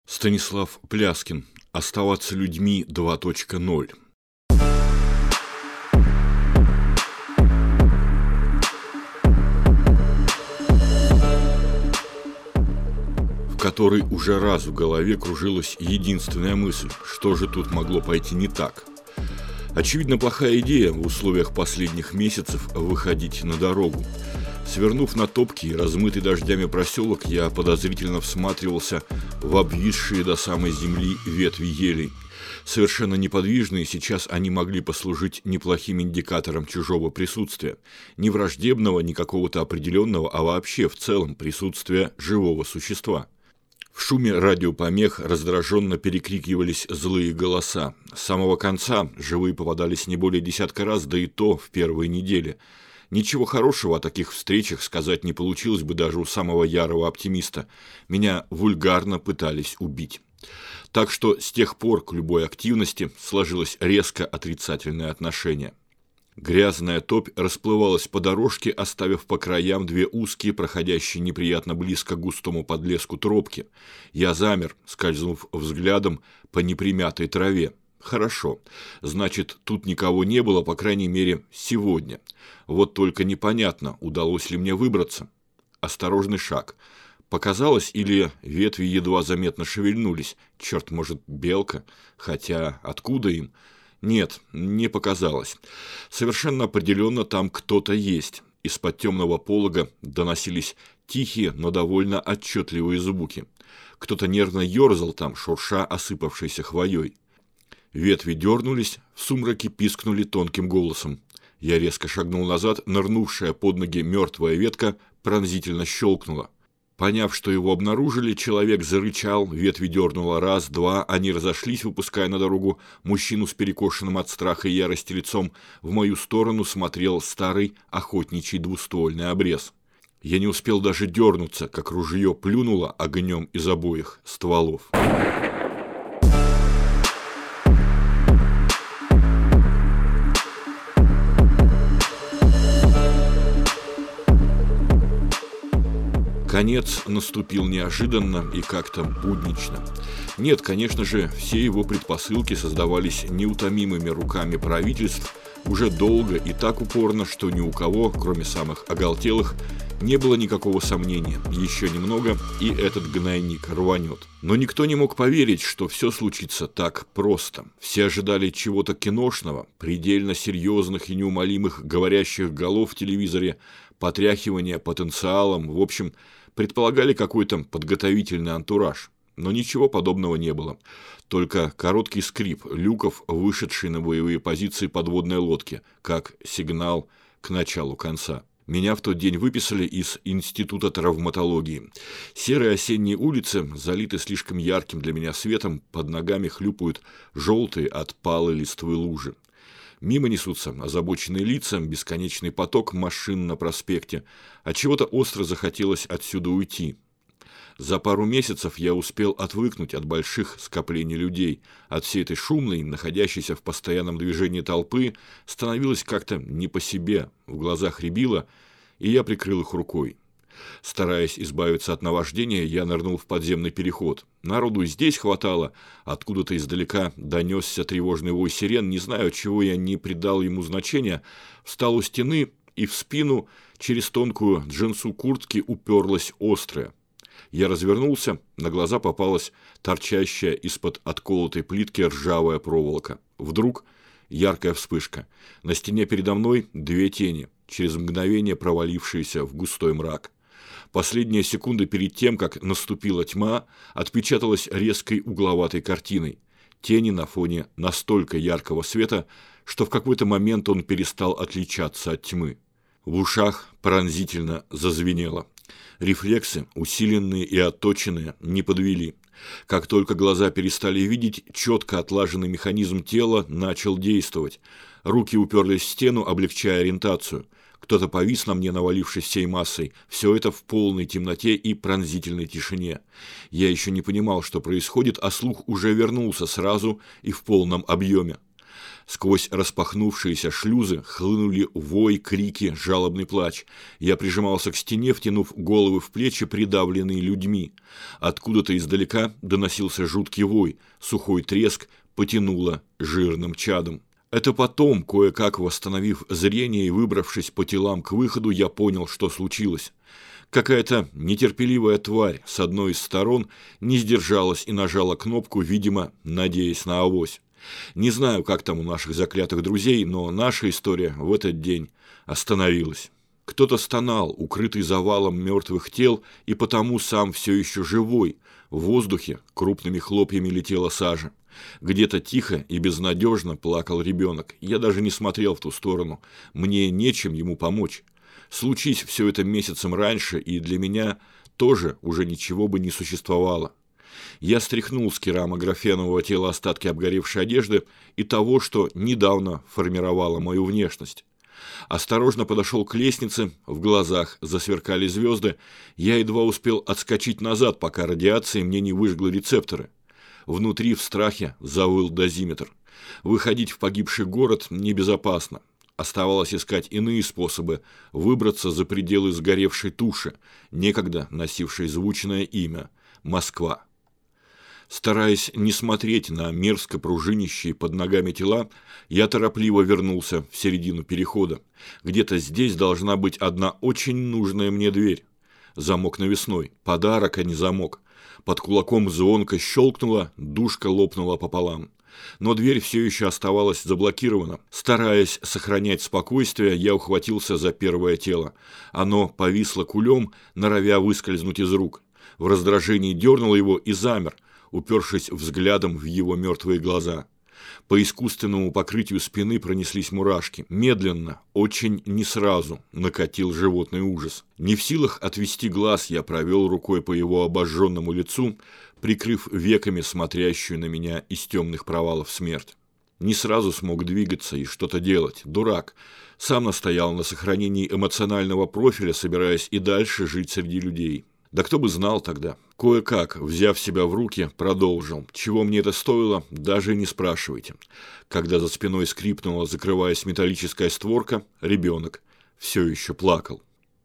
Станислав Пляскин. Оставаться людьми 2.0. В которой уже раз в голове кружилась единственная мысль, что же тут могло пойти не так. Очевидно, плохая идея в условиях последних месяцев выходить на дорогу. Свернув на топкий, размытый дождями проселок, я подозрительно всматривался в обвисшие до самой земли ветви елей. Совершенно неподвижные, сейчас они могли послужить неплохим индикатором чужого присутствия. Не враждебного, не какого-то определенного, а вообще в целом присутствия живого существа. В шуме радиопомех раздраженно перекрикивались злые голоса. С самого конца живые попадались не более десятка раз, да и то в первые недели. Ничего хорошего о таких встречах сказать не получилось бы даже у самого ярого оптимиста. Меня вульгарно пытались убить. Так что с тех пор к любой активности сложилось резко отрицательное отношение. Грязная топь расплывалась по дорожке, оставив по краям две узкие, проходящие неприятно близко к густому подлеску тропки. Я замер, скользнув взглядом по непримятой траве. Хорошо, значит, тут никого не было, по крайней мере, сегодня. Вот только непонятно, удалось ли мне выбраться. Осторожный шаг. Показалось, или ветви едва заметно шевельнулись. Черт, может, белка? Хотя откуда им? Нет, не показалось. Совершенно определенно там кто-то есть. Из-под темного полога доносились тихие, но довольно отчетливые звуки. Кто-то нервно ерзал там, шурша осыпавшейся хвоей. Ветви дернулись, в сумраке пискнули тонким голосом. Я резко шагнул назад, нырнувшая под ноги мертвая ветка пронзительно щелкнула. Поняв, что его обнаружили, человек зарычал, ветви дернуло раз, два, они разошлись, выпуская на дорогу мужчину с перекошенным от страха и ярости лицом. В мою сторону смотрел старый охотничий двуствольный обрез. Я не успел даже дернуться, как ружье плюнуло огнем из обоих стволов. Конец наступил неожиданно и как-то буднично. Нет, конечно же, все его предпосылки создавались неутомимыми руками правительств уже долго и так упорно, что ни у кого, кроме самых оголтелых, не было никакого сомнения. Еще немного, и этот гнойник рванет. Но никто не мог поверить, что все случится так просто. Все ожидали чего-то киношного, предельно серьезных и неумолимых говорящих голов в телевизоре, потряхивания потенциалом, в общем, предполагали какой-то подготовительный антураж. Но ничего подобного не было. Только короткий скрип люков, вышедший на боевые позиции подводной лодки, как сигнал к началу конца. Меня в тот день выписали из Института травматологии. Серые осенние улицы залиты слишком ярким для меня светом, под ногами хлюпают желтые от палой листвы лужи. Мимо несутся озабоченные лица, бесконечный поток машин на проспекте, а чего-то остро захотелось отсюда уйти. За пару месяцев я успел отвыкнуть от больших скоплений людей, от всей этой шумной, находящейся в постоянном движении толпы, становилось как-то не по себе, в глазах рябило, и я прикрыл их рукой. Стараясь избавиться от наваждения, я нырнул в подземный переход. Народу и здесь хватало, откуда-то издалека донесся тревожный вой сирен, не знаю, чего я не придал ему значения, встал у стены, и в спину через тонкую джинсу куртки уперлась острая. Я развернулся, на глаза попалась торчащая из-под отколотой плитки ржавая проволока. Вдруг яркая вспышка. На стене передо мной две тени, через мгновение провалившиеся в густой мрак. Последняя секунда перед тем, как наступила тьма, отпечаталась резкой угловатой картиной. Тени на фоне настолько яркого света, что в какой-то момент он перестал отличаться от тьмы. В ушах пронзительно зазвенело. Рефлексы, усиленные и отточенные, не подвели. Как только глаза перестали видеть, четко отлаженный механизм тела начал действовать. Руки уперлись в стену, облегчая ориентацию. Кто-то повис на мне, навалившись всей массой. Все это в полной темноте и пронзительной тишине. Я еще не понимал, что происходит, а слух уже вернулся сразу и в полном объеме. Сквозь распахнувшиеся шлюзы хлынули вой, крики, жалобный плач. Я прижимался к стене, втянув головы в плечи, придавленные людьми. Откуда-то издалека доносился жуткий вой, сухой треск потянуло жирным чадом. Это потом, кое-как восстановив зрение и выбравшись по телам к выходу, я понял, что случилось. Какая-то нетерпеливая тварь с одной из сторон не сдержалась и нажала кнопку, видимо, надеясь на авось. Не знаю, как там у наших заклятых друзей, но наша история в этот день остановилась. Кто-то стонал, укрытый завалом мертвых тел, и потому сам все еще живой. В воздухе крупными хлопьями летела сажа. Где-то тихо и безнадежно плакал ребенок. Я даже не смотрел в ту сторону. Мне нечем ему помочь. Случись все это месяцем раньше, и для меня тоже уже ничего бы не существовало. Я стряхнул с керамографенового тела остатки обгоревшей одежды и того, что недавно формировало мою внешность. Осторожно подошел к лестнице, в глазах засверкали звезды. Я едва успел отскочить назад, пока радиация мне не выжгла рецепторы. Внутри в страхе завыл дозиметр. Выходить в погибший город небезопасно. Оставалось искать иные способы выбраться за пределы сгоревшей туши, некогда носившей звучное имя – Москва. Стараясь не смотреть на мерзко пружинищие под ногами тела, я торопливо вернулся в середину перехода. Где-то здесь должна быть одна очень нужная мне дверь. Замок навесной, подарок, а не замок. Под кулаком звонко щелкнуло, дужка лопнула пополам. Но дверь все еще оставалась заблокирована. Стараясь сохранять спокойствие, я ухватился за первое тело. Оно повисло кулем, норовя выскользнуть из рук. В раздражении дернул его и замер, упершись взглядом в его мертвые глаза. По искусственному покрытию спины пронеслись мурашки. Медленно, очень не сразу, накатил животный ужас. Не в силах отвести глаз, я провел рукой по его обожженному лицу, прикрыв веками смотрящую на меня из темных провалов смерть. Не сразу смог двигаться и что-то делать. Дурак. Сам настоял на сохранении эмоционального профиля, собираясь и дальше жить среди людей. Да кто бы знал тогда. Кое-как, взяв себя в руки, продолжил. Чего мне это стоило, даже не спрашивайте. Когда за спиной скрипнула, закрываясь металлическая створка, ребенок все еще плакал.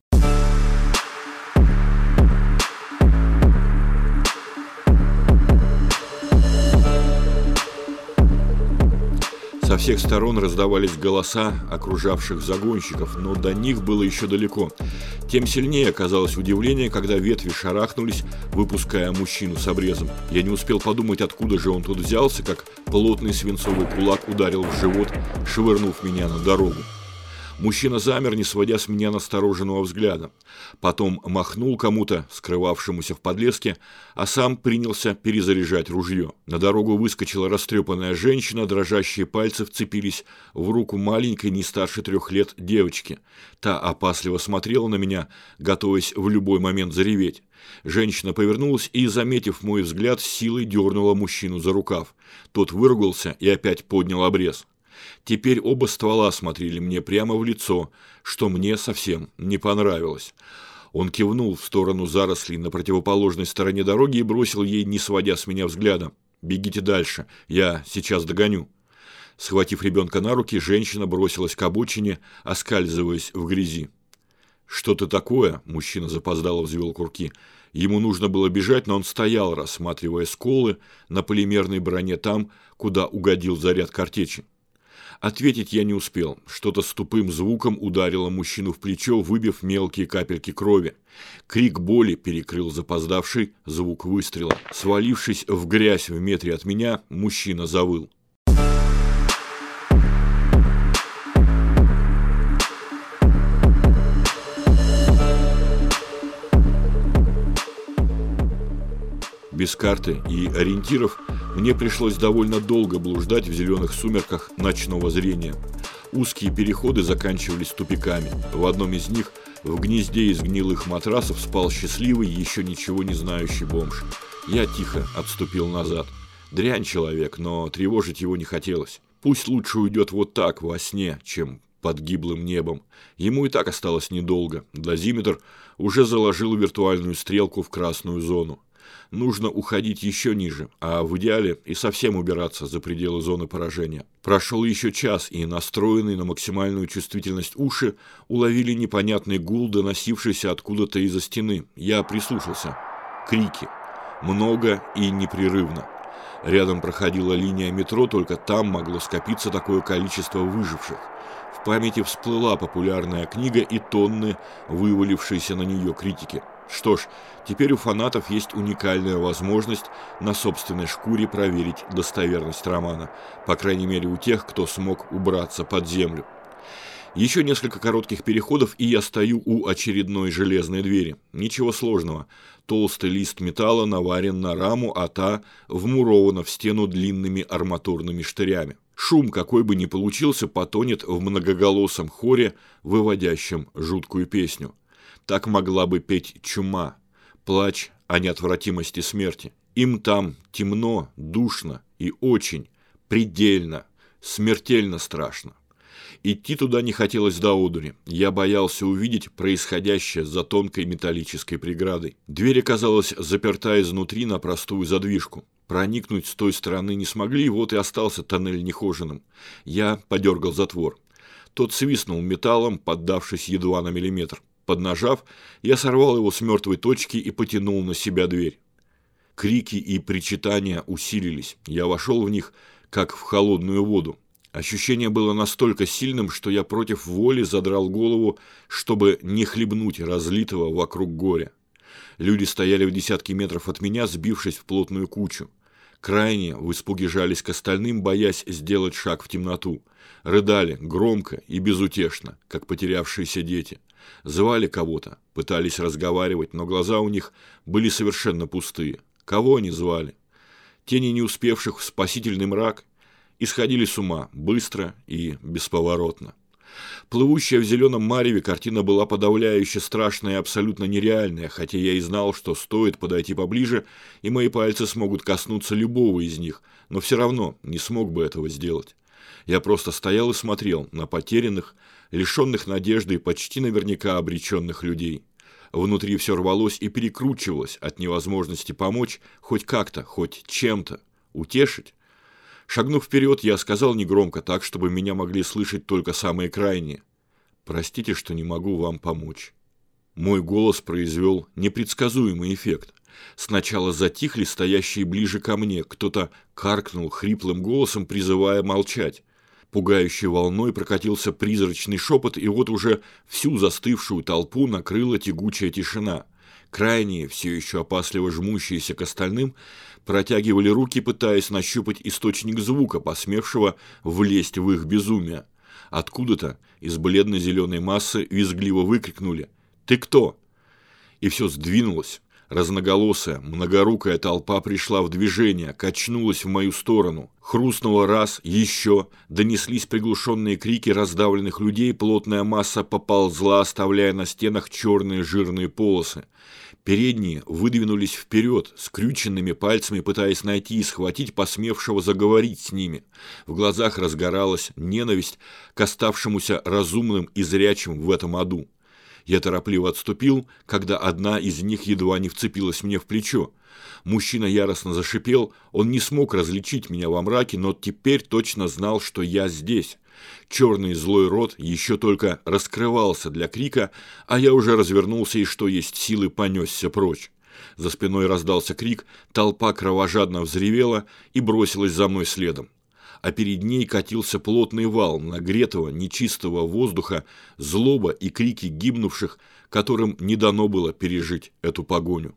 Со всех сторон раздавались голоса окружавших загонщиков, но до них было еще далеко. Тем сильнее оказалось удивление, когда ветви шарахнулись, выпуская мужчину с обрезом. Я не успел подумать, откуда же он тут взялся, как плотный свинцовый кулак ударил в живот, швырнув меня на дорогу. Мужчина замер, не сводя с меня настороженного взгляда. Потом махнул кому-то, скрывавшемуся в подлеске, а сам принялся перезаряжать ружье. На дорогу выскочила растрепанная женщина, дрожащие пальцы вцепились в руку маленькой, не старше 3 лет девочки. Та опасливо смотрела на меня, готовясь в любой момент зареветь. Женщина повернулась и, заметив мой взгляд, с силой дернула мужчину за рукав. Тот выругался и опять поднял обрез. Теперь оба ствола смотрели мне прямо в лицо, что мне совсем не понравилось. Он кивнул в сторону зарослей на противоположной стороне дороги и бросил ей, не сводя с меня взгляда: «Бегите дальше, я сейчас догоню». Схватив ребенка на руки, женщина бросилась к обочине, оскальзываясь в грязи. «Что-то такое?» – мужчина запоздало взвел курки. Ему нужно было бежать, но он стоял, рассматривая сколы на полимерной броне там, куда угодил заряд картечи. Ответить я не успел. Что-то с тупым звуком ударило мужчину в плечо, выбив мелкие капельки крови. Крик боли перекрыл запоздавший звук выстрела. Свалившись в грязь в метре от меня, мужчина завыл. Без карты и ориентиров мне пришлось довольно долго блуждать в зеленых сумерках ночного зрения. Узкие переходы заканчивались тупиками. В одном из них, в гнезде из гнилых матрасов, спал счастливый, еще ничего не знающий бомж. Я тихо отступил назад. Дрянь человек, но тревожить его не хотелось. Пусть лучше уйдет вот так, во сне, чем под гиблым небом. Ему и так осталось недолго. Дозиметр уже заложил виртуальную стрелку в красную зону. Нужно уходить еще ниже, а в идеале и совсем убираться за пределы зоны поражения. Прошел еще час, и настроенные на максимальную чувствительность уши уловили непонятный гул, доносившийся откуда-то из-за стены. Я прислушался. Крики. Много и непрерывно. Рядом проходила линия метро, только там могло скопиться такое количество выживших. В памяти всплыла популярная книга и тонны вывалившейся на нее критики. Что ж, теперь у фанатов есть уникальная возможность на собственной шкуре проверить достоверность романа, по крайней мере у тех, кто смог убраться под землю. Еще несколько коротких переходов, и я стою у очередной железной двери. Ничего сложного. Толстый лист металла наварен на раму, а та вмурована в стену длинными арматурными штырями. Шум, какой бы ни получился, потонет в многоголосом хоре, выводящем жуткую песню. Так могла бы петь чума, плач о неотвратимости смерти. Им там темно, душно и очень, предельно, смертельно страшно. Идти туда не хотелось до одури. Я боялся увидеть происходящее за тонкой металлической преградой. Дверь оказалась заперта изнутри на простую задвижку. Проникнуть с той стороны не смогли, вот и остался тоннель нехоженым. Я подергал затвор. Тот свистнул металлом, поддавшись едва на миллиметр. Поднажав, я сорвал его с мертвой точки и потянул на себя дверь. Крики и причитания усилились. Я вошел в них, как в холодную воду. Ощущение было настолько сильным, что я против воли задрал голову, чтобы не хлебнуть разлитого вокруг горя. Люди стояли в десятке метров от меня, сбившись в плотную кучу. Крайне в испуге жались к остальным, боясь сделать шаг в темноту. Рыдали громко и безутешно, как потерявшиеся дети. Звали кого-то, пытались разговаривать, но глаза у них были совершенно пустые. Кого они звали? Тени не успевших в спасительный мрак исходили с ума, быстро и бесповоротно. Плывущая в зеленом мареве картина была подавляюще страшная и абсолютно нереальная, хотя я и знал, что стоит подойти поближе, и мои пальцы смогут коснуться любого из них, но все равно не смог бы этого сделать. Я просто стоял и смотрел на потерянных, лишенных надежды и почти наверняка обреченных людей. Внутри все рвалось и перекручивалось от невозможности помочь хоть как-то, хоть чем-то, утешить. Шагнув вперед, я сказал негромко, так, чтобы меня могли слышать только самые крайние: «Простите, что не могу вам помочь». Мой голос произвел непредсказуемый эффект. Сначала затихли стоящие ближе ко мне, кто-то каркнул хриплым голосом, призывая молчать. Пугающей волной прокатился призрачный шепот, и вот уже всю застывшую толпу накрыла тягучая тишина. Крайние, все еще опасливо жмущиеся к остальным, протягивали руки, пытаясь нащупать источник звука, посмевшего влезть в их безумие. Откуда-то из бледно-зеленой массы визгливо выкрикнули: «Ты кто?» И все сдвинулось. Разноголосая, многорукая толпа пришла в движение, качнулась в мою сторону. Хрустнуло раз, еще, донеслись приглушенные крики раздавленных людей, плотная масса поползла, оставляя на стенах черные жирные полосы. Передние выдвинулись вперед, скрюченными пальцами пытаясь найти и схватить посмевшего заговорить с ними. В глазах разгоралась ненависть к оставшемуся разумным и зрячим в этом аду. Я торопливо отступил, когда одна из них едва не вцепилась мне в плечо. Мужчина яростно зашипел, он не смог различить меня во мраке, но теперь точно знал, что я здесь. Черный злой рот еще только раскрывался для крика, а я уже развернулся и, что есть силы, понесся прочь. За спиной раздался крик, толпа кровожадно взревела и бросилась за мной следом. А перед ней катился плотный вал нагретого, нечистого воздуха, злоба и крики гибнувших, которым не дано было пережить эту погоню.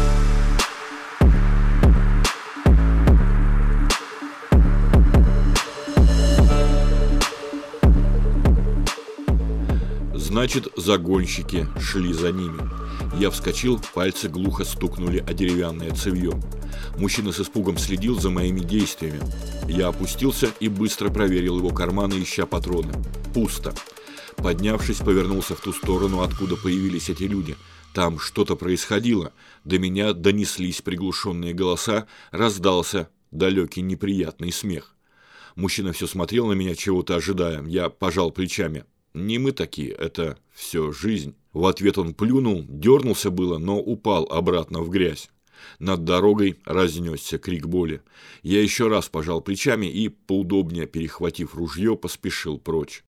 Значит, загонщики шли за ними. Я вскочил, пальцы глухо стукнули о деревянное цевье. Мужчина с испугом следил за моими действиями. Я опустился и быстро проверил его карманы, ища патроны. Пусто. Поднявшись, повернулся в ту сторону, откуда появились эти люди. Там что-то происходило. До меня донеслись приглушенные голоса, раздался далекий неприятный смех. Мужчина все смотрел на меня, чего-то ожидая. Я пожал плечами. Не мы такие, это все жизнь. В ответ он плюнул, дернулся было, но упал обратно в грязь. Над дорогой разнесся крик боли. Я еще раз пожал плечами и, поудобнее перехватив ружье, поспешил прочь.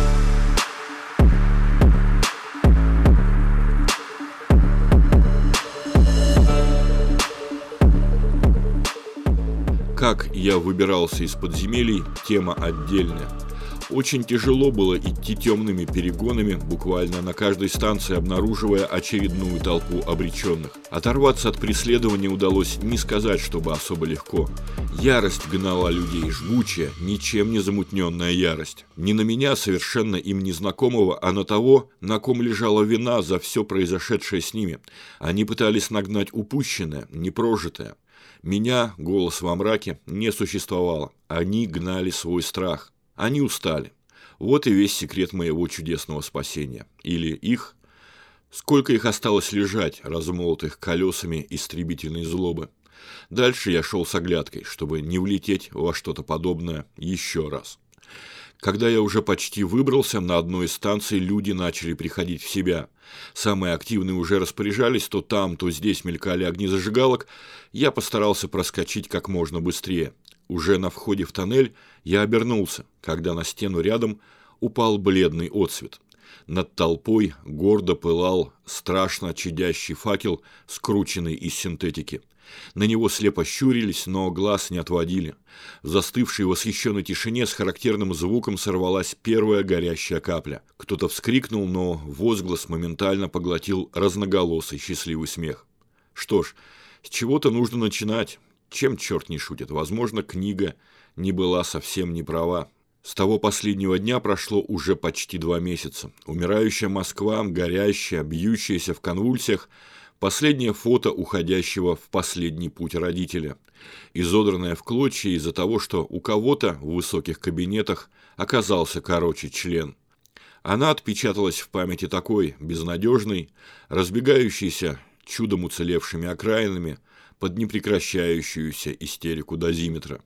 Как я выбирался из подземелий, тема отдельная. Очень тяжело было идти темными перегонами, буквально на каждой станции обнаруживая очередную толпу обреченных. Оторваться от преследования удалось не сказать, чтобы особо легко. Ярость гнала людей, жгучая, ничем не замутненная ярость. Не на меня, совершенно им незнакомого, а на того, на ком лежала вина за все произошедшее с ними. Они пытались нагнать упущенное, непрожитое. Меня, голос во мраке, не существовало. Они гнали свой страх. Они устали. Вот и весь секрет моего чудесного спасения. Или их. Сколько их осталось лежать, размолотых колесами истребительной злобы. Дальше я шел с оглядкой, чтобы не влететь во что-то подобное еще раз. Когда я уже почти выбрался, на одной из станций люди начали приходить в себя. Самые активные уже распоряжались, то там, то здесь мелькали огни зажигалок. Я постарался проскочить как можно быстрее. Уже на входе в тоннель я обернулся, когда на стену рядом упал бледный отсвет. Над толпой гордо пылал страшно чадящий факел, скрученный из синтетики. На него слепо щурились, но глаз не отводили. В застывшей восхищенной тишине с характерным звуком сорвалась первая горящая капля. Кто-то вскрикнул, но возглас моментально поглотил разноголосый счастливый смех. Что ж, с чего-то нужно начинать. Чем черт не шутит? Возможно, книга не была совсем не права. С того последнего дня прошло уже почти 2 месяца. Умирающая Москва, горящая, бьющаяся в конвульсиях, последнее фото уходящего в последний путь родителя, изодранное в клочья из-за того, что у кого-то в высоких кабинетах оказался короче член. Она отпечаталась в памяти такой, безнадежной, разбегающейся чудом уцелевшими окраинами, под непрекращающуюся истерику дозиметра.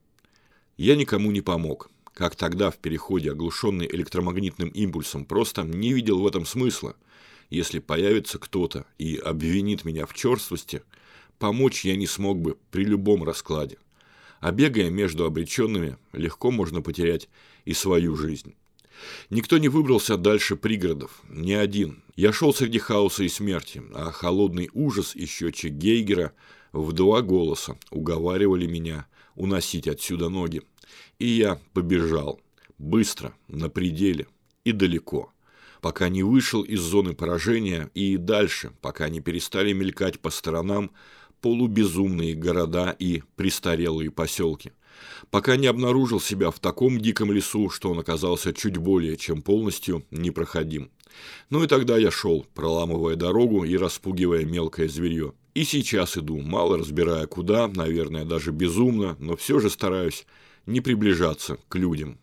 Я никому не помог. Как тогда в переходе, оглушенный электромагнитным импульсом, просто не видел в этом смысла. Если появится кто-то и обвинит меня в черствости, помочь я не смог бы при любом раскладе. А бегая между обреченными, легко можно потерять и свою жизнь. Никто не выбрался дальше пригородов, ни один. Я шел среди хаоса и смерти, а холодный ужас и счетчик Гейгера в 2 голоса уговаривали меня уносить отсюда ноги. И я побежал. Быстро, на пределе и далеко. Пока не вышел из зоны поражения и дальше, пока не перестали мелькать по сторонам полубезумные города и престарелые поселки. Пока не обнаружил себя в таком диком лесу, что он оказался чуть более чем полностью непроходим. Ну и тогда я шел, проламывая дорогу и распугивая мелкое зверье. И сейчас иду, мало разбирая куда, наверное, даже безумно, но все же стараюсь не приближаться к людям.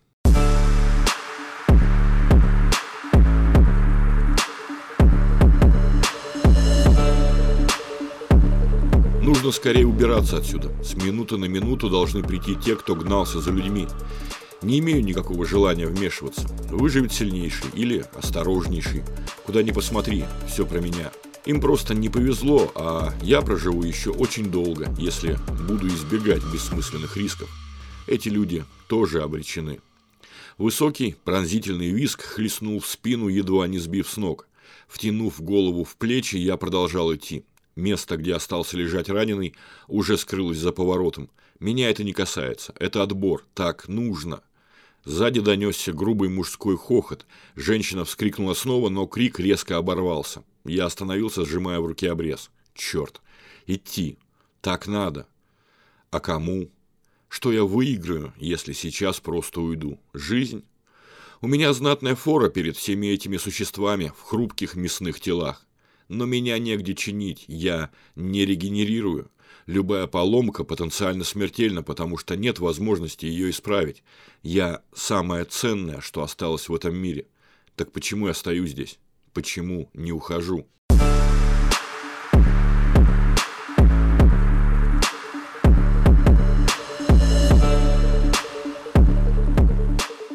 Нужно скорее убираться отсюда. С минуты на минуту должны прийти те, кто гнался за людьми. Не имею никакого желания вмешиваться. Выживет сильнейший или осторожнейший. Куда ни посмотри, все про меня. Им просто не повезло, а я проживу еще очень долго, если буду избегать бессмысленных рисков. Эти люди тоже обречены. Высокий, пронзительный визг хлестнул в спину, едва не сбив с ног. Втянув голову в плечи, я продолжал идти. Место, где остался лежать раненый, уже скрылось за поворотом. Меня это не касается. Это отбор. Так нужно. Сзади донесся грубый мужской хохот. Женщина вскрикнула снова, но крик резко оборвался. Я остановился, сжимая в руке обрез. Черт. Идти. Так надо. А кому? Что я выиграю, если сейчас просто уйду? Жизнь? У меня знатная фора перед всеми этими существами в хрупких мясных телах. Но меня негде чинить, я не регенерирую. Любая поломка потенциально смертельна, потому что нет возможности ее исправить. Я самое ценное, что осталось в этом мире. Так почему я стою здесь? Почему не ухожу? В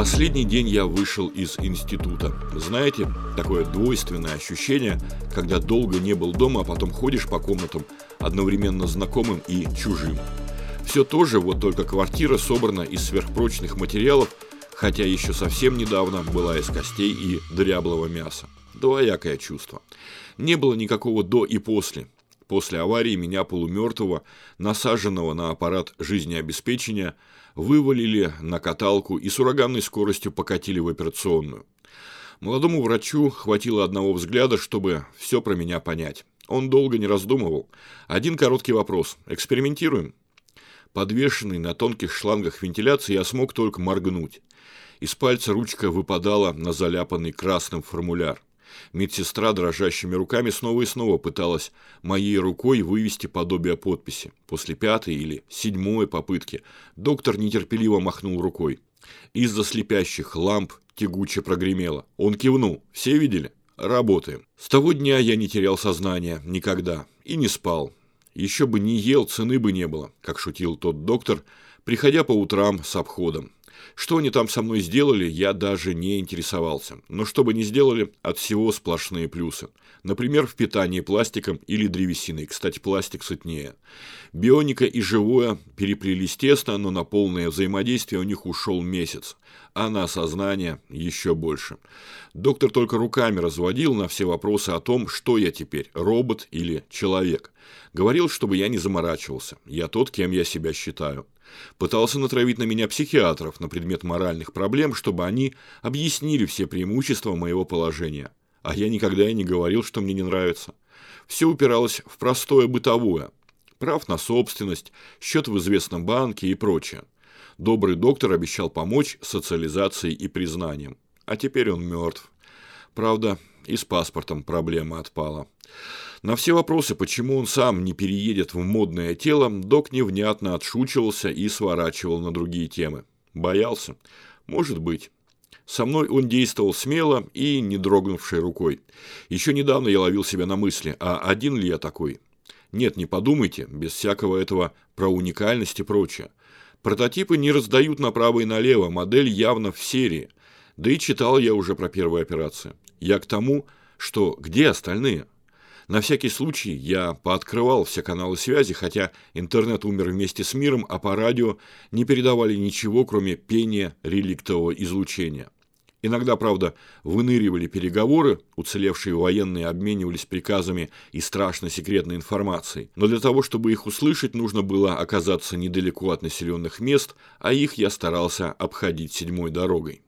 Последний день я вышел из института. Знаете, такое двойственное ощущение, когда долго не был дома, а потом ходишь по комнатам одновременно знакомым и чужим. Все то же, вот только квартира собрана из сверхпрочных материалов, хотя еще совсем недавно была из костей и дряблого мяса. Двоякое чувство. Не было никакого до и после. После аварии меня полумертвого, насаженного на аппарат жизнеобеспечения, вывалили на каталку и с ураганной скоростью покатили в операционную. Молодому врачу хватило одного взгляда, чтобы все про меня понять. Он долго не раздумывал. Один короткий вопрос. Экспериментируем? Подвешенный на тонких шлангах вентиляции, я смог только моргнуть. Из пальца ручка выпадала на заляпанный красным формуляр. Медсестра дрожащими руками снова и снова пыталась моей рукой вывести подобие подписи. После 5-й или 7-й попытки доктор нетерпеливо махнул рукой. Из-за слепящих ламп тягуче прогремело. Он кивнул. Все видели? Работаем. С того дня я не терял сознания. Никогда. И не спал. Еще бы не ел, цены бы не было, как шутил тот доктор, приходя по утрам с обходом. Что они там со мной сделали, я даже не интересовался. Но что бы ни сделали, от всего сплошные плюсы. Например, в питании пластиком или древесиной. Кстати, пластик сытнее. Бионика и живое переплелись тесно, но на полное взаимодействие у них ушел месяц. А на осознание еще больше. Доктор только руками разводил на все вопросы о том, что я теперь, робот или человек. Говорил, чтобы я не заморачивался. Я тот, кем я себя считаю. Пытался натравить на меня психиатров на предмет моральных проблем, чтобы они объяснили все преимущества моего положения. А я никогда и не говорил, что мне не нравится. Все упиралось в простое бытовое. Прав на собственность, счет в известном банке и прочее. Добрый доктор обещал помочь социализацией и признанием. А теперь он мертв. Правда, и с паспортом проблема отпала. На все вопросы, почему он сам не переедет в модное тело, док невнятно отшучивался и сворачивал на другие темы. Боялся? Может быть. Со мной он действовал смело и не дрогнувшей рукой. Еще недавно я ловил себя на мысли, а один ли я такой? Нет, не подумайте, без всякого этого про уникальность и прочее. Прототипы не раздают направо и налево, модель явно в серии. Да и читал я уже про первые операции. Я к тому, что где остальные? На всякий случай я пооткрывал все каналы связи, хотя интернет умер вместе с миром, а по радио не передавали ничего, кроме пения реликтового излучения. Иногда, правда, выныривали переговоры, уцелевшие военные обменивались приказами и страшно секретной информацией. Но для того, чтобы их услышать, нужно было оказаться недалеко от населенных мест, а их я старался обходить 7-й дорогой.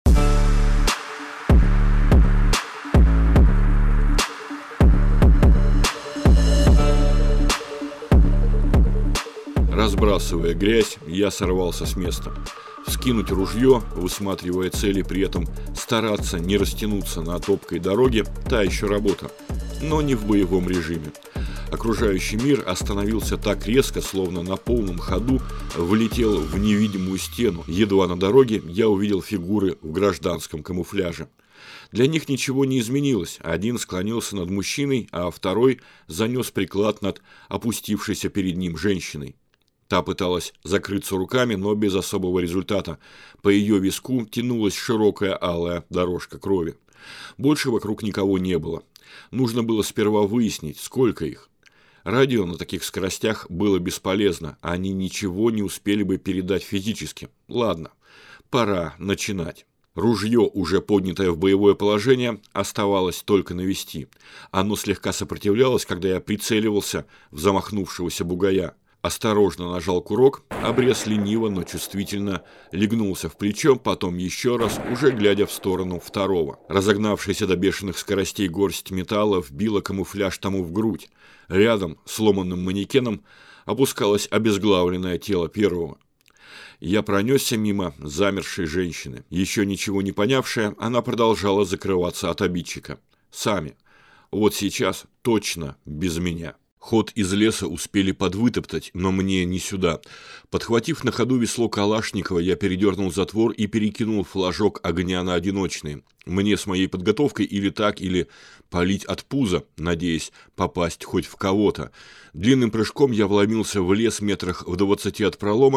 Разбрасывая грязь, я сорвался с места. Вскинуть ружье, высматривая цели, при этом стараться не растянуться на топкой дороге – та еще работа, но не в боевом режиме. Окружающий мир остановился так резко, словно на полном ходу влетел в невидимую стену. Едва на дороге я увидел фигуры в гражданском камуфляже. Для них ничего не изменилось. Один склонился над мужчиной, а второй занес приклад над опустившейся перед ним женщиной. Та пыталась закрыться руками, но без особого результата. По ее виску тянулась широкая алая дорожка крови. Больше вокруг никого не было. Нужно было сперва выяснить, сколько их. Радио на таких скоростях было бесполезно, они ничего не успели бы передать физически. Ладно, пора начинать. Ружье, уже поднятое в боевое положение, оставалось только навести. Оно слегка сопротивлялось, когда я прицеливался в замахнувшегося бугая. Осторожно нажал курок, обрез лениво, но чувствительно легнулся в плечо, потом еще раз, уже глядя в сторону второго. Разогнавшаяся до бешеных скоростей горсть металла вбила камуфляж тому в грудь. Рядом, сломанным манекеном, опускалось обезглавленное тело первого. Я пронесся мимо замершей женщины. Еще ничего не понявшая, она продолжала закрываться от обидчика. Сами. Вот сейчас точно без меня. Ход из леса успели подвытоптать, но мне не сюда. Подхватив на ходу весло Калашникова, я передернул затвор и перекинул флажок огня на одиночные. Мне с моей подготовкой или так, или палить от пуза, надеясь попасть хоть в кого-то. Длинным прыжком я вломился в лес метрах в 20 от пролома.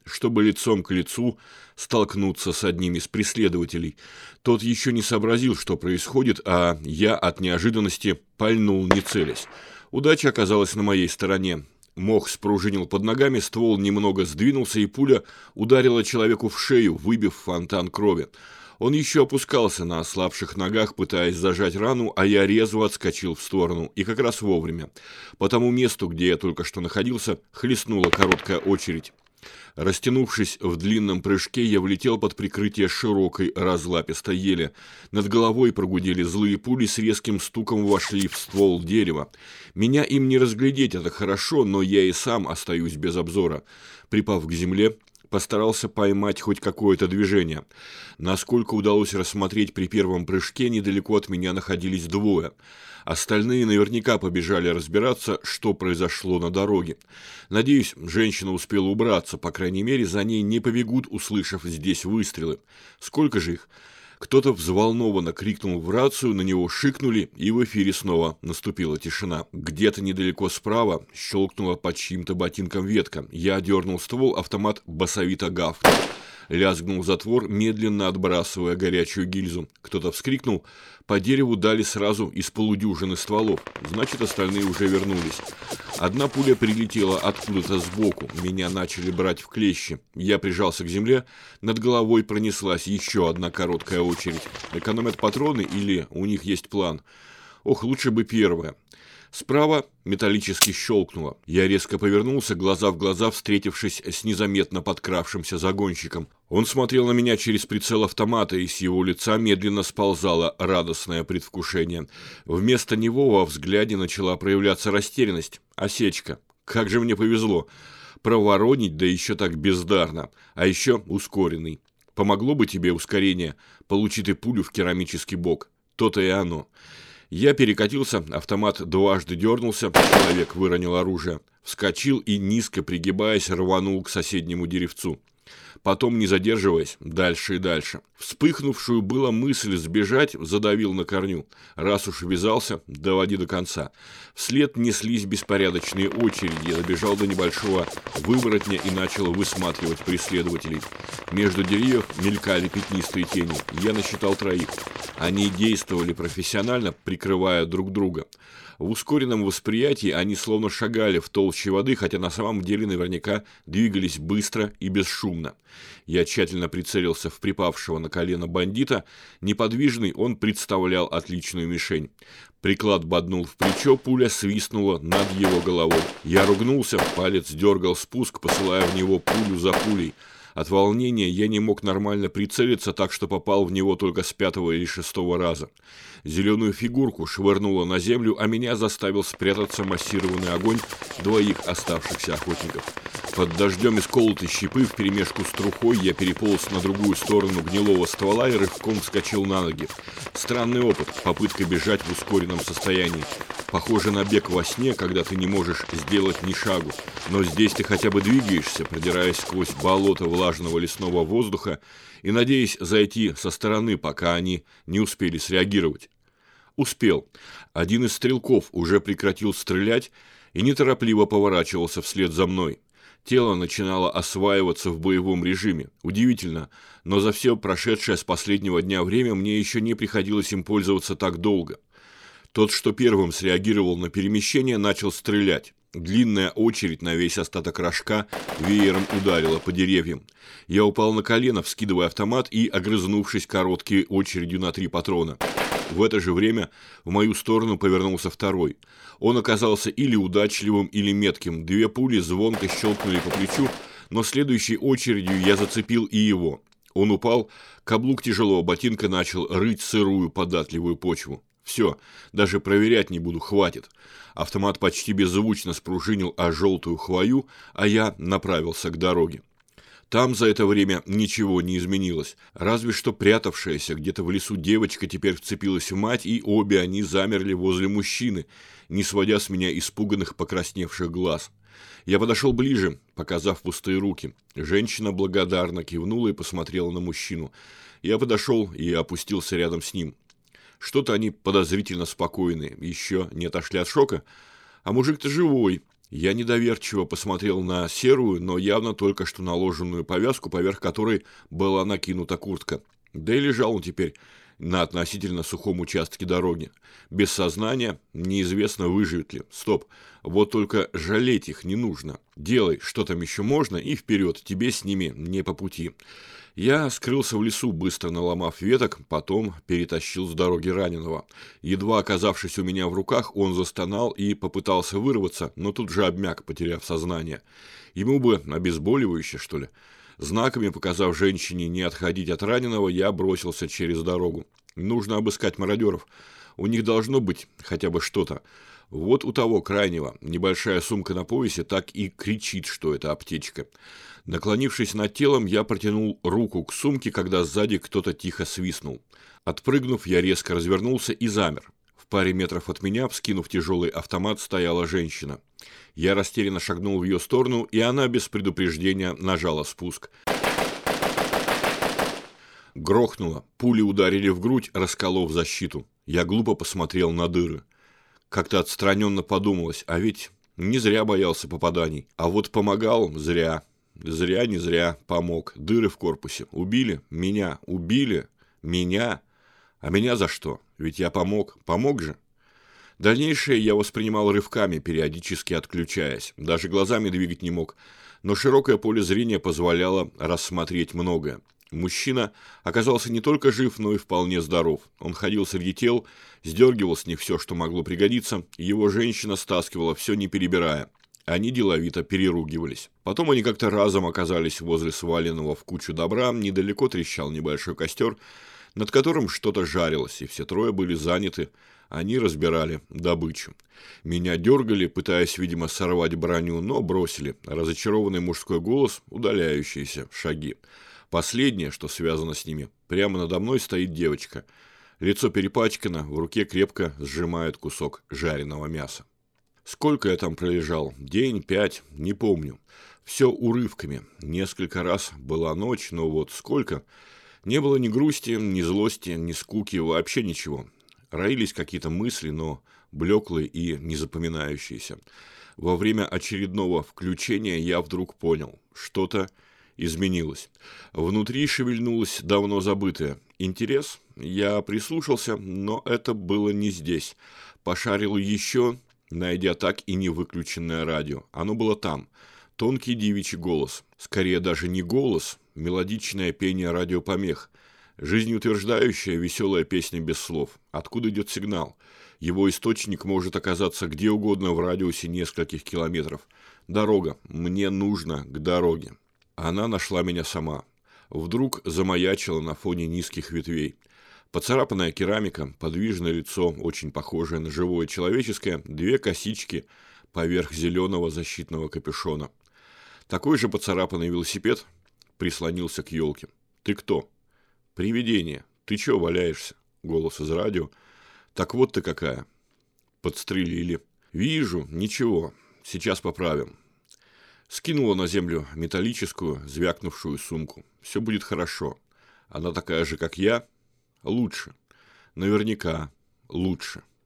чтобы лицом к лицу столкнуться с одним из преследователей. Тот еще не сообразил, что происходит, а я от неожиданности пальнул, не целясь. Удача оказалась на моей стороне. Мох спружинил под ногами, ствол немного сдвинулся, и пуля ударила человеку в шею, выбив фонтан крови. Он еще опускался на ослабших ногах, пытаясь зажать рану, а я резво отскочил в сторону, и как раз вовремя. По тому месту, где я только что находился, хлестнула короткая очередь. Растянувшись в длинном прыжке, я влетел под прикрытие широкой разлапистой ели. Над головой прогудели злые пули, с резким стуком вошли в ствол дерева. Меня им не разглядеть, это хорошо, но я и сам остаюсь без обзора. Припав к земле, постарался поймать хоть какое-то движение. Насколько удалось рассмотреть при первом прыжке, недалеко от меня находились двое. Остальные наверняка побежали разбираться, что произошло на дороге. Надеюсь, женщина успела убраться, по крайней мере, за ней не побегут, услышав здесь выстрелы. Сколько же их? Кто-то взволнованно крикнул в рацию, на него шикнули, и в эфире снова наступила тишина. Где-то недалеко справа щелкнула под чьим-то ботинком ветка. Я дернул ствол, автомат басовито гавкнул. Лязгнул затвор, медленно отбрасывая горячую гильзу. Кто-то вскрикнул. По дереву дали сразу из полудюжины стволов. Значит, остальные уже вернулись. Одна пуля прилетела откуда-то сбоку. Меня начали брать в клещи. Я прижался к земле. Над головой пронеслась еще одна короткая очередь. Экономят патроны или у них есть план? Ох, лучше бы первое. Справа металлически щелкнуло. Я резко повернулся, глаза в глаза, встретившись с незаметно подкравшимся загонщиком. Он смотрел на меня через прицел автомата, и с его лица медленно сползало радостное предвкушение. Вместо него во взгляде начала проявляться растерянность. Осечка. Как же мне повезло. Проворонить, да еще так бездарно. А еще ускоренный. Помогло бы тебе ускорение. Получи ты пулю в керамический бок. То-то и оно. Я перекатился, автомат дважды дернулся, человек выронил оружие, вскочил и, низко пригибаясь, рванул к соседнему деревцу. Потом, не задерживаясь, дальше и дальше. Вспыхнувшую была мысль сбежать, задавил на корню. Раз уж ввязался, доводи до конца. Вслед неслись беспорядочные очереди. Я добежал до небольшого выворотня и начал высматривать преследователей. Между деревьев мелькали пятнистые тени. Я насчитал 3. Они действовали профессионально, прикрывая друг друга. В ускоренном восприятии они словно шагали в толще воды, хотя на самом деле наверняка двигались быстро и бесшумно. Я тщательно прицелился в припавшего на колено бандита. Неподвижный, он представлял отличную мишень. Приклад боднул в плечо, пуля свистнула над его головой. Я ругнулся, палец дергал спуск, посылая в него пулю за пулей. От волнения я не мог нормально прицелиться, так что попал в него только с 5-го или 6-го раза. Зеленую фигурку швырнуло на землю, а меня заставил спрятаться массированный огонь 2 оставшихся охотников. Под дождем из колотой щепы вперемешку с трухой я переполз на другую сторону гнилого ствола и рывком вскочил на ноги. Странный опыт, попытка бежать в ускоренном состоянии. Похоже на бег во сне, когда ты не можешь сделать ни шагу. Но здесь ты хотя бы двигаешься, продираясь сквозь болото влажного лесного воздуха и надеясь зайти со стороны, пока они не успели среагировать. Успел. Один из стрелков уже прекратил стрелять и неторопливо поворачивался вслед за мной. Тело начинало осваиваться в боевом режиме. Удивительно, но за все прошедшее с последнего дня время мне еще не приходилось им пользоваться так долго. Тот, что первым среагировал на перемещение, начал стрелять. Длинная очередь на весь остаток рожка веером ударила по деревьям. Я упал на колено, вскидывая автомат и, огрызнувшись короткой очередью на 3 патрона. В это же время в мою сторону повернулся второй. Он оказался или удачливым, или метким. 2 пули звонко щелкнули по плечу, но следующей очередью я зацепил и его. Он упал, каблук тяжелого ботинка начал рыть сырую податливую почву. Все, даже проверять не буду, хватит. Автомат почти беззвучно спружинил о желтую хвою, а я направился к дороге. Там за это время ничего не изменилось, разве что прятавшаяся где-то в лесу девочка теперь вцепилась в мать, и обе они замерли возле мужчины, не сводя с меня испуганных покрасневших глаз. Я подошел ближе, показав пустые руки. Женщина благодарно кивнула и посмотрела на мужчину. Я подошел и опустился рядом с ним. Что-то они подозрительно спокойные, еще не отошли от шока. А мужик-то живой. Я недоверчиво посмотрел на серую, но явно только что наложенную повязку, поверх которой была накинута куртка. Да и лежал он теперь на относительно сухом участке дороги. Без сознания, неизвестно, выживет ли. Стоп, вот только жалеть их не нужно. Делай, что там еще можно, и вперед, тебе с ними не по пути. Я скрылся в лесу, быстро наломав веток, потом перетащил с дороги раненого. Едва оказавшись у меня в руках, он застонал и попытался вырваться, но тут же обмяк, потеряв сознание. Ему бы обезболивающее, что ли? Знаками показав женщине не отходить от раненого, я бросился через дорогу. Нужно обыскать мародеров. У них должно быть хотя бы что-то. Вот у того крайнего небольшая сумка на поясе так и кричит, что это аптечка. Наклонившись над телом, я протянул руку к сумке, когда сзади кто-то тихо свистнул. Отпрыгнув, я резко развернулся и замер. В паре метров от меня, вскинув тяжелый автомат, стояла женщина. Я растерянно шагнул в ее сторону, и она без предупреждения нажала спуск. Грохнуло, пули ударили в грудь, расколов защиту. Я глупо посмотрел на дыры. Как-то отстраненно подумалось, а ведь не зря боялся попаданий. А вот помогал зря. Зря, не зря помог. Дыры в корпусе. Убили? Меня. Убили? Меня? А меня за что? Ведь я помог. Помог же? Дальнейшее я воспринимал рывками, периодически отключаясь. Даже глазами двигать не мог. Но широкое поле зрения позволяло рассмотреть многое. Мужчина оказался не только жив, но и вполне здоров. Он ходил среди тел, сдергивал с них все, что могло пригодиться. Его женщина стаскивала все, не перебирая. Они деловито переругивались. Потом они как-то разом оказались возле сваленного в кучу добра. Недалеко трещал небольшой костер, над которым что-то жарилось, и все трое были заняты. Они разбирали добычу. Меня дергали, пытаясь, видимо, сорвать броню, но бросили. Разочарованный мужской голос, удаляющиеся шаги. Последнее, что связано с ними, прямо надо мной стоит девочка. Лицо перепачкано, в руке крепко сжимает кусок жареного мяса. Сколько я там пролежал? День, 5, не помню. Все урывками. Несколько раз была ночь, но вот сколько? Не было ни грусти, ни злости, ни скуки, вообще ничего. Роились какие-то мысли, но блеклые и незапоминающиеся. Во время очередного включения я вдруг понял, что-то изменилось. Внутри шевельнулось давно забытое. Интерес? Я прислушался, но это было не здесь. Пошарил еще, найдя так и не выключенное радио. Оно было там. Тонкий девичий голос. Скорее даже не голос, мелодичное пение радиопомех. Жизнеутверждающая веселая песня без слов. Откуда идет сигнал? Его источник может оказаться где угодно в радиусе нескольких километров. Дорога. Мне нужно к дороге. Она нашла меня сама. Вдруг замаячила на фоне низких ветвей. Поцарапанная керамика, подвижное лицо, очень похожее на живое человеческое, 2 косички поверх зеленого защитного капюшона. Такой же поцарапанный велосипед прислонился к елке. «Ты кто?» «Привидение. Ты чё валяешься?» Голос из радио. «Так вот ты какая». «Подстрелили». «Вижу. Ничего. Сейчас поправим». Скинула на землю металлическую, звякнувшую сумку. Все будет хорошо. Она такая же, как я. Лучше. Наверняка лучше.